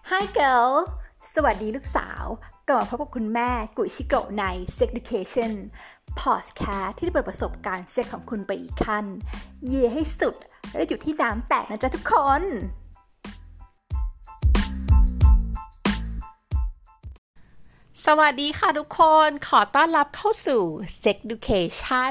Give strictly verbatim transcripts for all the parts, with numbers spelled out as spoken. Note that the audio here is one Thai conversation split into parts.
Hi girl สวัสดีลูกสาวกลับมาพบกับคุณแม่กุยชิโกะใน Sex Education Podcast ที่จะเปิดประสบการณ์เซ็กของคุณไปอีกขั้นเย่ให้สุดและอยู่ที่น้ำแตกนะจ๊ะทุกคนสวัสดีค่ะทุกคนขอต้อนรับเข้าสู่ Sex Education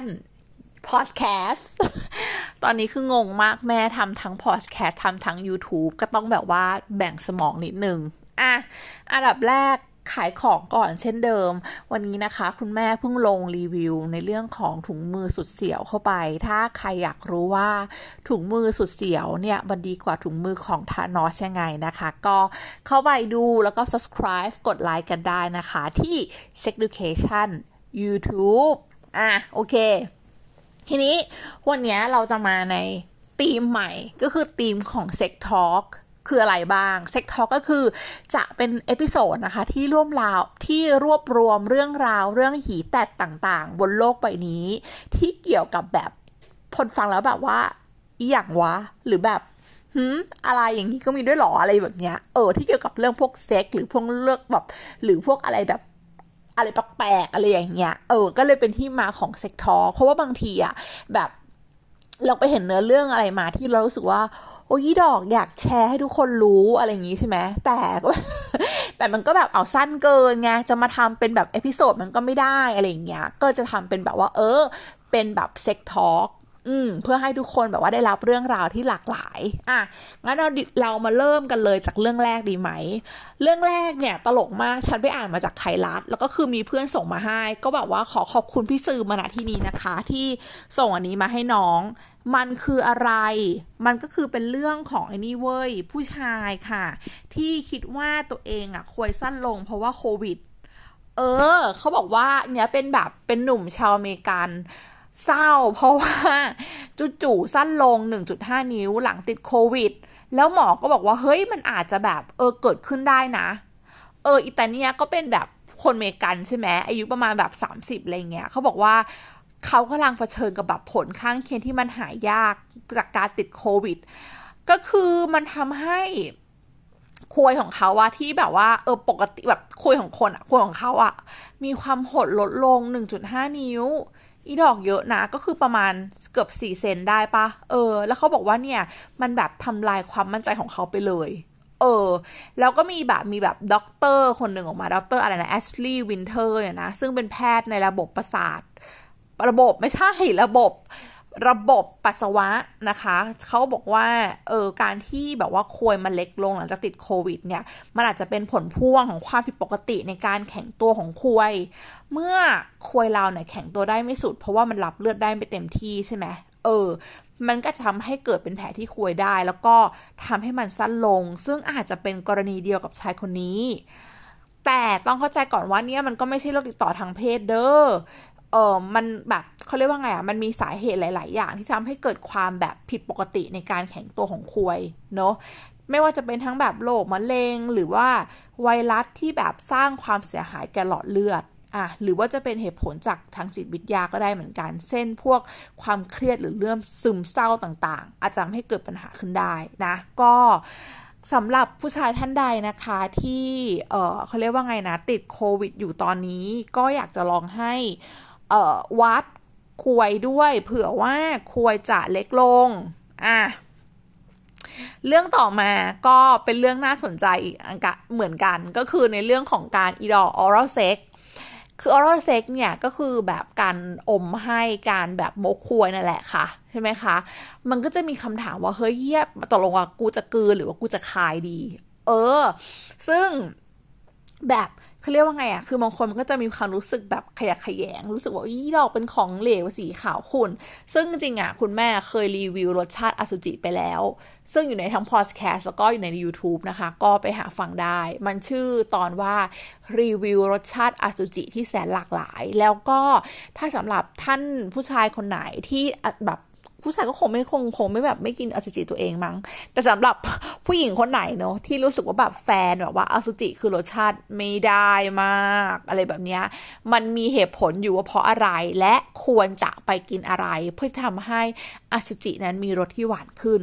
Podcast ตอนนี้คืองงมากแม่ทำทั้ง Podcast ทำทั้ง YouTube ก็ต้องแบบว่าแบ่งสมองนิดนึงอ่ะอันดับแรกขายของก่อนเช่นเดิมวันนี้นะคะคุณแม่เพิ่งลงรีวิวในเรื่องของถุงมือสุดเสียวเข้าไปถ้าใครอยากรู้ว่าถุงมือสุดเสียวเนี่ยมันดีกว่าถุงมือของทานอสยังไงนะคะก็เข้าไปดูแล้วก็ subscribe กดไลค์กันได้นะคะที่ Sex Education YouTube อ่ะโอเคทีนี้วันนี้เราจะมาในธีมใหม่ก็คือธีมของ Sex Talk คืออะไรบ้าง Sex Talk ก็คือจะเป็นเอพิโซดนะคะที่รวบราวที่รวบรวมเรื่องราวเรื่องหีแตกต่างๆบนโลกใบนี้ที่เกี่ยวกับแบบคนฟังแล้วแบบว่าอีหยังวะหรือแบบหืมอะไรอย่างนี้ก็มีด้วยหรออะไรแบบเนี้ยเออที่เกี่ยวกับเรื่องพวกเซ็กหรือพวกเรื่องแบบหรือพวกอะไรแบบอะไรแปลกๆอะไรอย่างเงี้ยเออก็เลยเป็นที่มาของเซ็กทอล์คเพราะว่าบางทีอ่ะแบบเราไปเห็นเนื้อเรื่องอะไรมาที่เรารู้สึกว่าโอ้ยดอกอยากแชร์ให้ทุกคนรู้อะไรอย่างงี้ใช่ไหมแต่แต่มันก็แบบเอาสั้นเกินไงจะมาทำเป็นแบบเอพิโซดมันก็ไม่ได้อะไรอย่างเงี้ยก็จะทำเป็นแบบว่าเออเป็นแบบเซ็กทอล์คอืมเพื่อให้ทุกคนแบบว่าได้รับเรื่องราวที่หลากหลายอ่ะงั้นเราเรามาเริ่มกันเลยจากเรื่องแรกดีไหมเรื่องแรกเนี่ยตลกมากฉันไปอ่านมาจากไทยรัฐแล้วก็คือมีเพื่อนส่งมาให้ก็แบบว่าขอขอบคุณพี่สื่อมาณที่นี้นะคะที่ส่งอันนี้มาให้น้องมันคืออะไรมันก็คือเป็นเรื่องของไอ้นี่เว้ยผู้ชายค่ะที่คิดว่าตัวเองอ่ะควยสั้นลงเพราะว่าโควิดเออเขาบอกว่าเนี่ยเป็นแบบเป็นหนุ่มชาวอเมริกันเศร้าเพราะว่าจู่ๆสั้นลง หนึ่งจุดห้า นิ้วหลังติดโควิดแล้วหมอก็บอกว่าเฮ้ยมันอาจจะแบบเออเกิดขึ้นได้นะเอออิตาเนียก็เป็นแบบคนอเมริกันใช่ไหมอายุประมาณแบบสามสิบอะไรเงี้ยเขาบอกว่าเขากำลังเผชิญกับแบบผลข้างเคียงที่มันหายากจากการติดโควิดก็คือมันทำให้ควยของเขาอะที่แบบว่าเออปกติแบบควยของคนอะควยของเขาอะมีความหดลดลง หนึ่งจุดห้า นิ้วอีดอกเยอะนะก็คือประมาณเกือบสี่เซนได้ปะเออแล้วเขาบอกว่าเนี่ยมันแบบทำลายความมั่นใจของเขาไปเลยเออแล้วก็มีแบบมีแบบด็อกเตอร์คนหนึ่งออกมาด็อกเตอร์อะไรนะแอชลีย์วินเทอร์เนี่ยนะซึ่งเป็นแพทย์ในระบบประสาทระบบไม่ใช่ระบบระบบปัสสาวะนะคะเขาบอกว่าเออการที่แบบว่าควยมันเล็กลงหลังจากติดโควิดเนี่ยมันอาจจะเป็นผลพ่วงของความผิดปกติในการแข็งตัวของควยเมื่อควยเราเนี่ยแข็งตัวได้ไม่สุดเพราะว่ามันรับเลือดได้ไม่เต็มที่ใช่ไหมเออมันก็จะทำให้เกิดเป็นแผลที่ควยได้แล้วก็ทำให้มันสั้นลงซึ่งอาจจะเป็นกรณีเดียวกับชายคนนี้แต่ต้องเข้าใจก่อนว่าเนี่ยมันก็ไม่ใช่โรคติดต่อทางเพศเด้อเออมันแบบเขาเรียกว่าไงอ่ะมันมีสาเหตุหลายๆอย่างที่ทำให้เกิดความแบบผิดปกติในการแข็งตัวของควยเนาะไม่ว่าจะเป็นทั้งแบบโรคมะเร็งหรือว่าไวรัสที่แบบสร้างความเสียหายแก่หลอดเลือดอ่ะหรือว่าจะเป็นเหตุผลจากทางจิตวิทยาก็ได้เหมือนกันเช่นพวกความเครียดหรือเรื่องซึมเศร้าต่างๆอาจจะทำให้เกิดปัญหาขึ้นได้นะก็สำหรับผู้ชายท่านใดนะคะที่เออเขาเรียกว่าไงนะติดโควิดอยู่ตอนนี้ก็อยากจะลองให้เอ่อวัดควยด้วยเผื่อว่าควยจะเล็กลงอ่ะเรื่องต่อมาก็เป็นเรื่องน่าสนใจอีกเหมือนกันก็คือในเรื่องของการอีดออรัลเซ็กคือออรัลเซ็กเนี่ยก็คือแบบการอมให้การแบบโมกควยนั่นแหละค่ะใช่ไหมคะมันก็จะมีคำถามว่าเฮ้ยเหี้ยตกลงว่ากูจะกลืนหรือว่ากูจะคายดีเออซึ่งแบบเขาเรียกว่าไงอ่ะคือบางคนมันก็จะมีความรู้สึกแบบขยะแขยงรู้สึกว่าอีดอกเป็นของเหลวสีขาวขุ่นซึ่งจริงๆอ่ะคุณแม่เคยรีวิวรสชาติอสุจิไปแล้วซึ่งอยู่ในทั้งพอดแคสต์แล้วก็อยู่ใน YouTube นะคะก็ไปหาฟังได้มันชื่อตอนว่ารีวิวรสชาติอสุจิที่แสนหลากหลายแล้วก็ถ้าสำหรับท่านผู้ชายคนไหนที่แบบผู้ชายก็คงไม่คงคงไม่แบบไม่กินอสุจิตัวเองมั้งแต่สำหรับผู้หญิงคนไหนเนาะที่รู้สึกว่าแบบแฟนแบบว่าอสุจิคือรสชาติไม่ได้มากอะไรแบบเนี้ยมันมีเหตุผลอยู่ว่าเพราะอะไรและควรจะไปกินอะไรเพื่อทำให้อสุจินั้นมีรสที่หวานขึ้น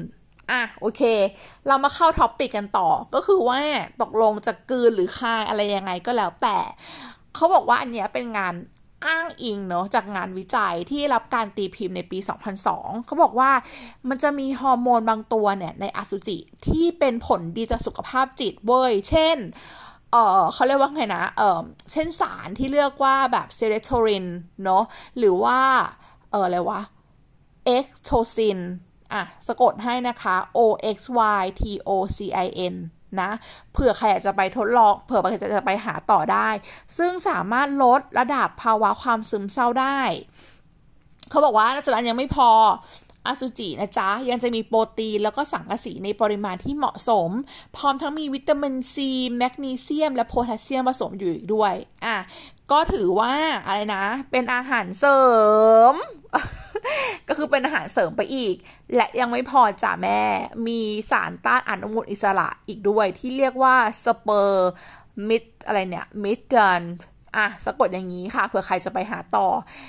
อ่ะโอเคเรามาเข้าท็อปปิกกันต่อก็คือว่าตกลงจะกลืนหรือคายอะไรยังไงก็แล้วแต่เขาบอกว่าอันเนี้ยเป็นงานอ้างอิงเนาะจากงานวิจัยที่รับการตีพิมพ์ในปีสองพันสองเขาบอกว่ามันจะมีฮอร์โมนบางตัวเนี่ยในอสุจิที่เป็นผลดีต่อสุขภาพจิตเว้ยเช่นเออเขาเรียกว่าไงนะเออเช่นสารที่เรียกว่าแบบเซโรโทนินเนาะหรือว่าเอออะไรวะเอ็กโทซินอ่ะสะกดให้นะคะ O X Y T O C I N นะเผื่อใครอยากจะไปทดลองเผื่อใครจะไปหาต่อได้ซึ่งสามารถลดระดับภาวะความซึมเศร้าได้เขาบอกว่านอกจากนั้นยังไม่พออสุจินะจ๊ะยังจะมีโปรตีนแล้วก็สังกะสีในปริมาณที่เหมาะสมพร้อมทั้งมีวิตามินซีแมกนีเซียมและโพแทสเซียมผสมอยู่อีกด้วยอ่ะก็ถือว่าอะไรนะเป็นอาหารเสริม ก็คือเป็นอาหารเสริมไปอีกและยังไม่พอจ้ะแม่มีสารต้านอนุมูลอิสระอีกด้วยที่เรียกว่าสเปอร์มิดอะไรเนี่ยมิดดันอ่ะสะกดอย่างนี้ค่ะเผื่อใครจะไปหาต่อ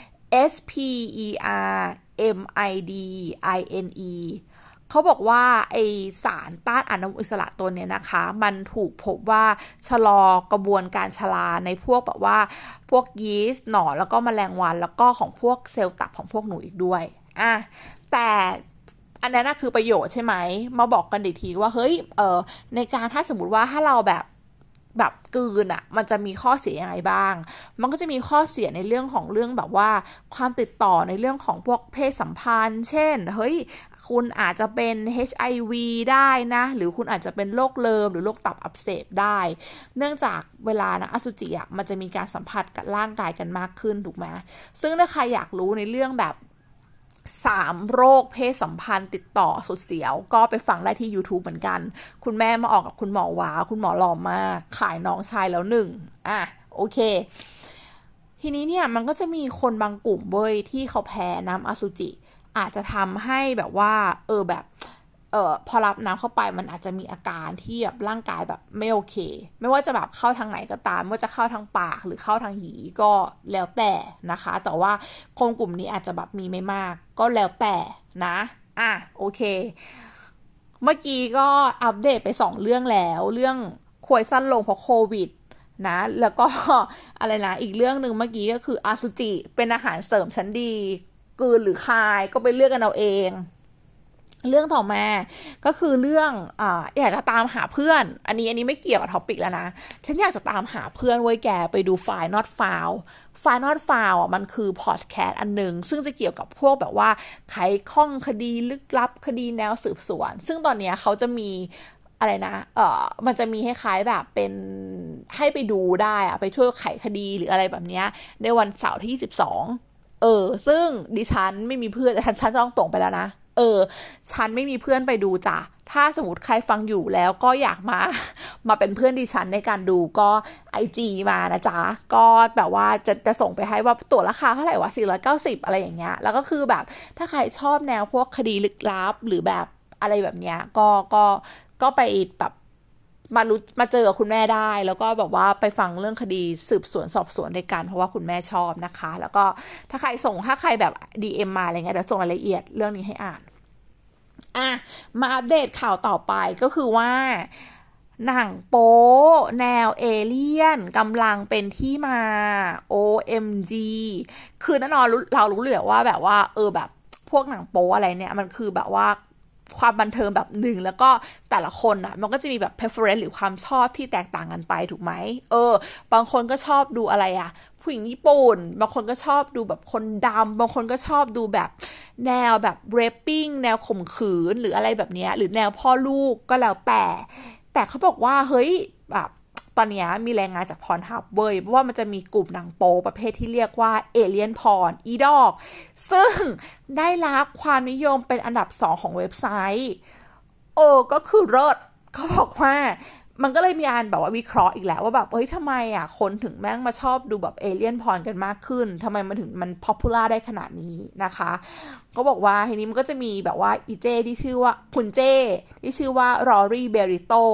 S P E R M I D I N E เขาบอกว่าไอสารต้านอนุมูลอิสระตัวเนี้ยนะคะมันถูกพบว่าชะลอกระบวนการชราในพวกแบบว่าพวกยีสต์หนอนแล้วก็แมลงวันแล้วก็ของพวกเซลล์ตับของพวกหนูอีกด้วยอ่ะแต่อันนั้นคือประโยชน์ใช่ไหมมาบอกกันอีกทีว่าเฮ้ยเออในการถ้าสมมติว่าถ้าเราแบบแบบกลืนอ่ะมันจะมีข้อเสียยังไงบ้างมันก็จะมีข้อเสียในเรื่องของเรื่องแบบว่าความติดต่อในเรื่องของพวกเพศสัมพันธ์เช่นเฮ้ยคุณอาจจะเป็น เอช ไอ วี ได้นะหรือคุณอาจจะเป็นโรคเลิมหรือโรคตับอักเสบได้เนื่องจากเวลานะอสุจิอ่ะมันจะมีการสัมผัสกับร่างกายกันมากขึ้นถูกไหมซึ่งถ้าใครอยากรู้ในเรื่องแบบสามโรคเพศสัมพันธ์ติดต่อสุดเสียวก็ไปฟังได้ที่ YouTube เหมือนกันคุณแม่มาออกกับคุณหมอหวาคุณหมอหล่อมากขายน้องชายแล้วหนึ่งอ่ะโอเคทีนี้เนี่ยมันก็จะมีคนบางกลุ่มเว้ยที่เขาแพ้น้ำอสุจิอาจจะทำให้แบบว่าเออแบบเออพอรับน้ำเข้าไปมันอาจจะมีอาการที่แบบร่างกายแบบไม่โอเคไม่ว่าจะแบบเข้าทางไหนก็ตามว่าจะเข้าทางปากหรือเข้าทางหีก็แล้วแต่นะคะแต่ว่าคนกลุ่มนี้อาจจะแบบมีไม่มากก็แล้วแต่นะอ่ะโอเคเมื่อกี้ก็อัปเดตไปสองเรื่องแล้วเรื่องควยสั้นลงเพราะโควิดนะแล้วก็อะไรนะอีกเรื่องนึงเมื่อกี้ก็คืออสุจิเป็นอาหารเสริมชั้นดีกลืนหรือคายก็ไปเลือกกันเอาเองเรื่องต่อมาก็คือเรื่องอ่าอยากจะตามหาเพื่อนอันนี้อันนี้ไม่เกี่ยวกับท็อปิกแล้วนะฉันอยากจะตามหาเพื่อนไว้แกไปดู File Not Found File Not Found อ่ะมันคือพอดแคสต์อันนึงซึ่งจะเกี่ยวกับพวกแบบว่าไขข้องคดีลึกลับคดีแนวสืบสวนซึ่งตอนนี้เขาจะมีอะไรนะเอ่อมันจะมีคล้ายๆแบบเป็นให้ไปดูได้อะไปช่วยไขคดีหรืออะไรแบบนี้ในวันเสาร์ที่ยี่สิบสองเออซึ่งดิฉันไม่มีเพื่อนแต่ฉันต้องตรงไปแล้วนะเออฉันไม่มีเพื่อนไปดูจ้ะถ้าสมมติใครฟังอยู่แล้วก็อยากมามาเป็นเพื่อนดิฉันในการดูก็ ไอ จี มานะจ๊ะก็แบบว่าจะจะส่งไปให้ว่าตั๋วราคาเท่าไหร่วะสี่ร้อยเก้าสิบอะไรอย่างเงี้ยแล้วก็คือแบบถ้าใครชอบแนวพวกคดีลึกลับหรือแบบอะไรแบบเนี้ยก็ก็ก็ไปแบบมารู้มาเจอกับคุณแม่ได้แล้วก็แบบว่าไปฟังเรื่องคดีสืบสวนสอบสวนด้วยกันเพราะว่าคุณแม่ชอบนะคะแล้วก็ถ้าใครส่งถ้าใครแบบ ดี เอ็ม มาอะไรเงี้ยเดี๋ยวส่งรายละเอียดเรื่องนี้ให้อ่านอ่ะมาอัปเดตข่าวต่อไปก็คือว่าหนังโป๊แนวเอเลี่ยนกำลังเป็นที่มา โอ เอ็ม จี คือแน่นอนเรารู้เลยว่าแบบว่าเออแบบพวกหนังโป๊อะไรเนี่ยมันคือแบบว่าความบันเทิงแบบหนึ่งแล้วก็แต่ละคนอ่ะมันก็จะมีแบบ preference หรือความชอบที่แตกต่างกันไปถูกไหมเออบางคนก็ชอบดูอะไรอ่ะผู้หญิงญี่ปุ่นบางคนก็ชอบดูแบบคนดำบางคนก็ชอบดูแบบแนวแบบ raping แนวข่มขืนหรืออะไรแบบนี้หรือแนวพ่อลูกก็แล้วแต่แต่เขาบอกว่าเฮ้ยแบบตอนนี้มีรายงานจากพรฮับเว้ยเพราะว่ามันจะมีกลุ่มหนังโป๊ประเภทที่เรียกว่าเอเลียนพรอีดอกซึ่งได้รับความนิยมเป็นอันดับสองของเว็บไซต์โอ้ก็คือเลิศเขาบอกว่ามันก็เลยมีการแบบว่าวิเคราะห์อีกแล้วว่าแบบเฮ้ยทำไมอ่ะคนถึงแม่งมาชอบดูแบบเอเลียนพรกันมากขึ้นทำไมมันถึงมันป๊อปปูล่าได้ขนาดนี้นะคะเขาบอกว่าทีนี้มันก็จะมีแบบว่าอีเจที่ชื่อว่าคุณเจที่ชื่อว่ารอรี่เบริโต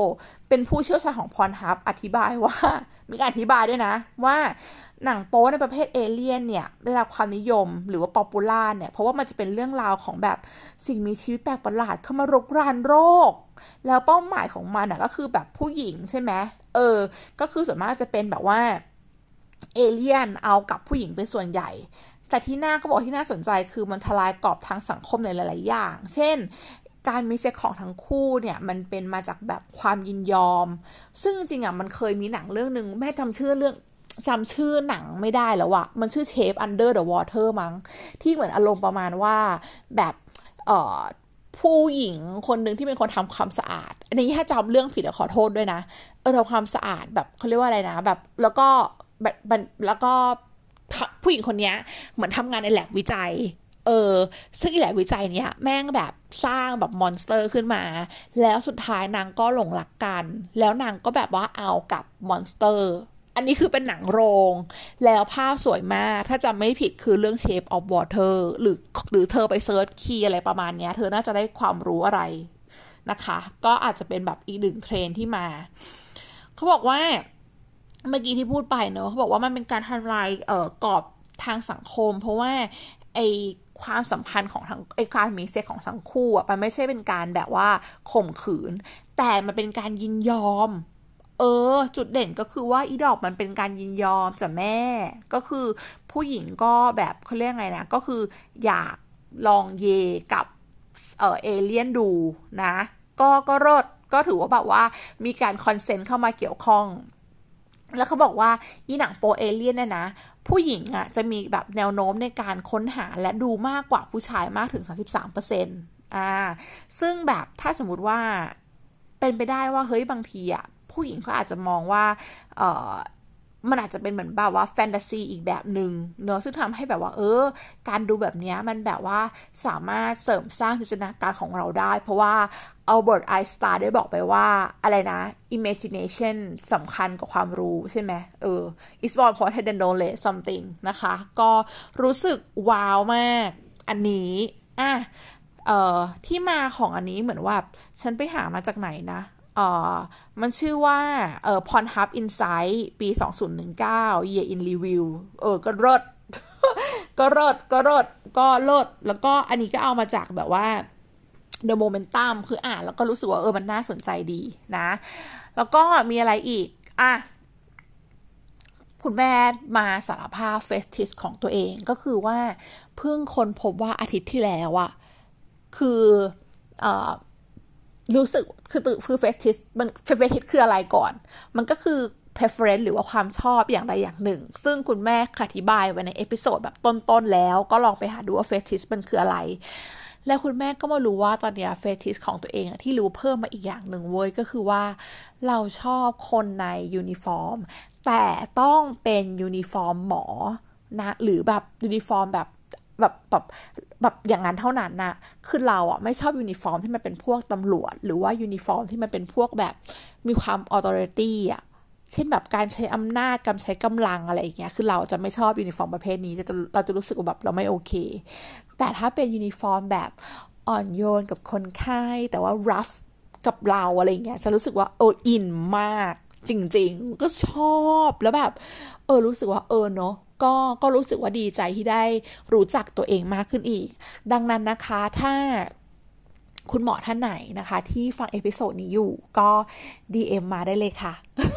เป็นผู้เชี่ยวชาญของ Pornhub อธิบายว่ามีการอธิบายด้วยนะว่าหนังโป๊ในประเภทเอเลี่ยนเนี่ยได้รับความนิยมหรือว่าป๊อปปูล่าเนี่ยเพราะว่ามันจะเป็นเรื่องราวของแบบสิ่งมีชีวิตแปลกประหลาดเข้ามารุกรานโลกแล้วเป้าหมายของมันอ่ะก็คือแบบผู้หญิงใช่ไหมเออก็คือส่วนมากจะเป็นแบบว่าเอเลี่ยนเอากับผู้หญิงเป็นส่วนใหญ่แต่ที่น่าก็บอกที่น่าสนใจคือมันทลายกรอบทางสังคมในหลายๆอย่างเช่นการมีเซ็กของทั้งคู่เนี่ยมันเป็นมาจากแบบความยินยอมซึ่งจริงๆอ่ะมันเคยมีหนังเรื่องนึงแม่จำชื่อเรื่องจำชื่อหนังไม่ได้แล้วอะมันชื่อ Shape Under the Water มั้งที่เหมือนอารมณ์ประมาณว่าแบบเอ่อผู้หญิงคนหนึ่งที่เป็นคนทำความสะอาดอันนี้ถ้าจำเรื่องผิดขอโทษด้วยนะเออทำความสะอาดแบบเขาเรียกว่าอะไรนะแบบแล้วก็แบบแล้วก็ผู้หญิงคนนี้เหมือนทำงานในแลบวิจัยเออซึ่งอีแลบวิจัยเนี้ยแม่งแบบสร้างแบบมอนสเตอร์ขึ้นมาแล้วสุดท้ายนางก็หลงรักกันแล้วนางก็แบบว่าเอากับมอนสเตอร์อันนี้คือเป็นหนังโรงแล้วภาพสวยมากถ้าจำไม่ผิดคือเรื่อง Shape of Water หรือหรือเธอไปเซิร์ชคีย์อะไรประมาณนี้เธอน่าจะได้ความรู้อะไรนะคะก็อาจจะเป็นแบบอีกหนึ่งเทรนที่มาเขาบอกว่าเมื่อกี้ที่พูดไปเนอะเขาบอกว่ามันเป็นการทำลายเอ่อกรอบทางสังคมเพราะว่าไอความสัมพันธ์ของทั้งไอการมีเซ็กของทั้งคู่อ่ะมันไม่ใช่เป็นการแบบว่าข่มขืนแต่มันเป็นการยินยอมเออจุดเด่นก็คือว่าอีดอกมันเป็นการยินยอมจากแม่ก็คือผู้หญิงก็แบบเขาเรียกไงนะก็คืออยากลองเยกับเออเอเลี่ยนดูนะก็ก็รดก็ถือว่าแบบว่ามีการคอนเซนต์เข้ามาเกี่ยวข้องแล้วเขาบอกว่าอีหนังโปเอเลี่ยนเนี่ยนะผู้หญิงอ่ะจะมีแบบแนวโน้มในการค้นหาและดูมากกว่าผู้ชายมากถึง สามสิบสามเปอร์เซ็นต์ อ่าซึ่งแบบถ้าสมมุติว่าเป็นไปได้ว่าเฮ้ยบางทีอ่ะผู้หญิงก็อาจจะมองว่าเออมันอาจจะเป็นเหมือนแบบว่าแฟนตาซีอีกแบบหนึ่งเนอะซึ่งทำให้แบบว่าเออการดูแบบนี้มันแบบว่าสามารถเสริมสร้างจินตนาการของเราได้เพราะว่าอัลเบิร์ตไอน์สไตน์ได้บอกไปว่าอะไรนะ imagination สำคัญกว่าความรู้ใช่ไหมเออ it's more important than knowledge something นะคะก็รู้สึกว้าวมากอันนี้อ่ะเอ่อที่มาของอันนี้เหมือนว่าฉันไปหามาจากไหนนะเอ่อมันชื่อว่าเอ่อ Pornhub Insight ปีสองพันสิบเก้า Year in Review เออก็รด ก็รดก็รดก็รดแล้วก็อันนี้ก็เอามาจากแบบว่า The Momentum คืออ่านแล้วก็รู้สึกว่าเออมันน่าสนใจดีนะแล้วก็มีอะไรอีกอ่ะคุณแม่มาสารภาพเฟสติชของตัวเองก็คือว่าเพิ่งค้นพบว่าอาทิตย์ที่แล้วอะคือเอ่อรู้สึกคือคือเฟติชมันเฟติชคืออะไรก่อนมันก็คือ preference หรือว่าความชอบอย่างใดอย่างหนึ่งซึ่งคุณแม่อธิบายไว้ในเอพิโซดแบบต้นๆแล้วก็ลองไปหาดูว่าเฟติชมันคืออะไรแล้วคุณแม่ก็มารู้ว่าตอนนี้เฟติชของตัวเองที่รู้เพิ่มมาอีกอย่างหนึ่งเว้ยก็คือว่าเราชอบคนในยูนิฟอร์มแต่ต้องเป็นยูนิฟอร์มหมอนะหรือแบบยูนิฟอร์มแบบแบบแบบแบบอย่างนั้นเท่านั้นนะคือเราอ่ะไม่ชอบยูนิฟอร์มที่มันเป็นพวกตำรวจหรือว่ายูนิฟอร์มที่มันเป็นพวกแบบมีความ authority อ่ะเช่นแบบการใช้อำนาจการใช้กำลังอะไรอย่างเงี้ยคือเราจะไม่ชอบยูนิฟอร์มประเภทนี้จะเราจะรู้สึกว่าแบบเราไม่โอเคแต่ถ้าเป็นยูนิฟอร์มแบบอ่อนโยนกับคนไข้แต่ว่า rough กับเราอะไรอย่างเงี้ยจะรู้สึกว่าเอออินมากจริงๆก็ชอบแล้วแบบเออรู้สึกว่าเออเนาะก็ก็รู้สึกว่าดีใจที่ได้รู้จักตัวเองมากขึ้นอีกดังนั้นนะคะถ้าคุณหมอท่านไหนนะคะที่ฟังเอพิโซดนี้อยู่ก็ ดี เอ็ม มาได้เลยค่ะ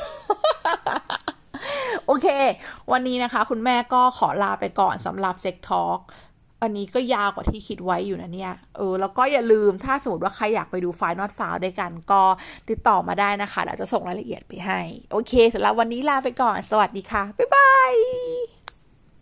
โอเควันนี้นะคะคุณแม่ก็ขอลาไปก่อนสำหรับ Sex Talk อันนี้ก็ยาวกว่าที่คิดไว้อยู่นะเนี่ยเออแล้วก็อย่าลืมถ้าสมมติว่าใครอยากไปดูไฟล์ not found ด้วยกันก็ติดต่อมาได้นะคะเดี๋ยวจะส่งรายละเอียดไปให้โอเคสำหรับวันนี้ลาไปก่อนสวัสดีค่ะบ๊ายบาย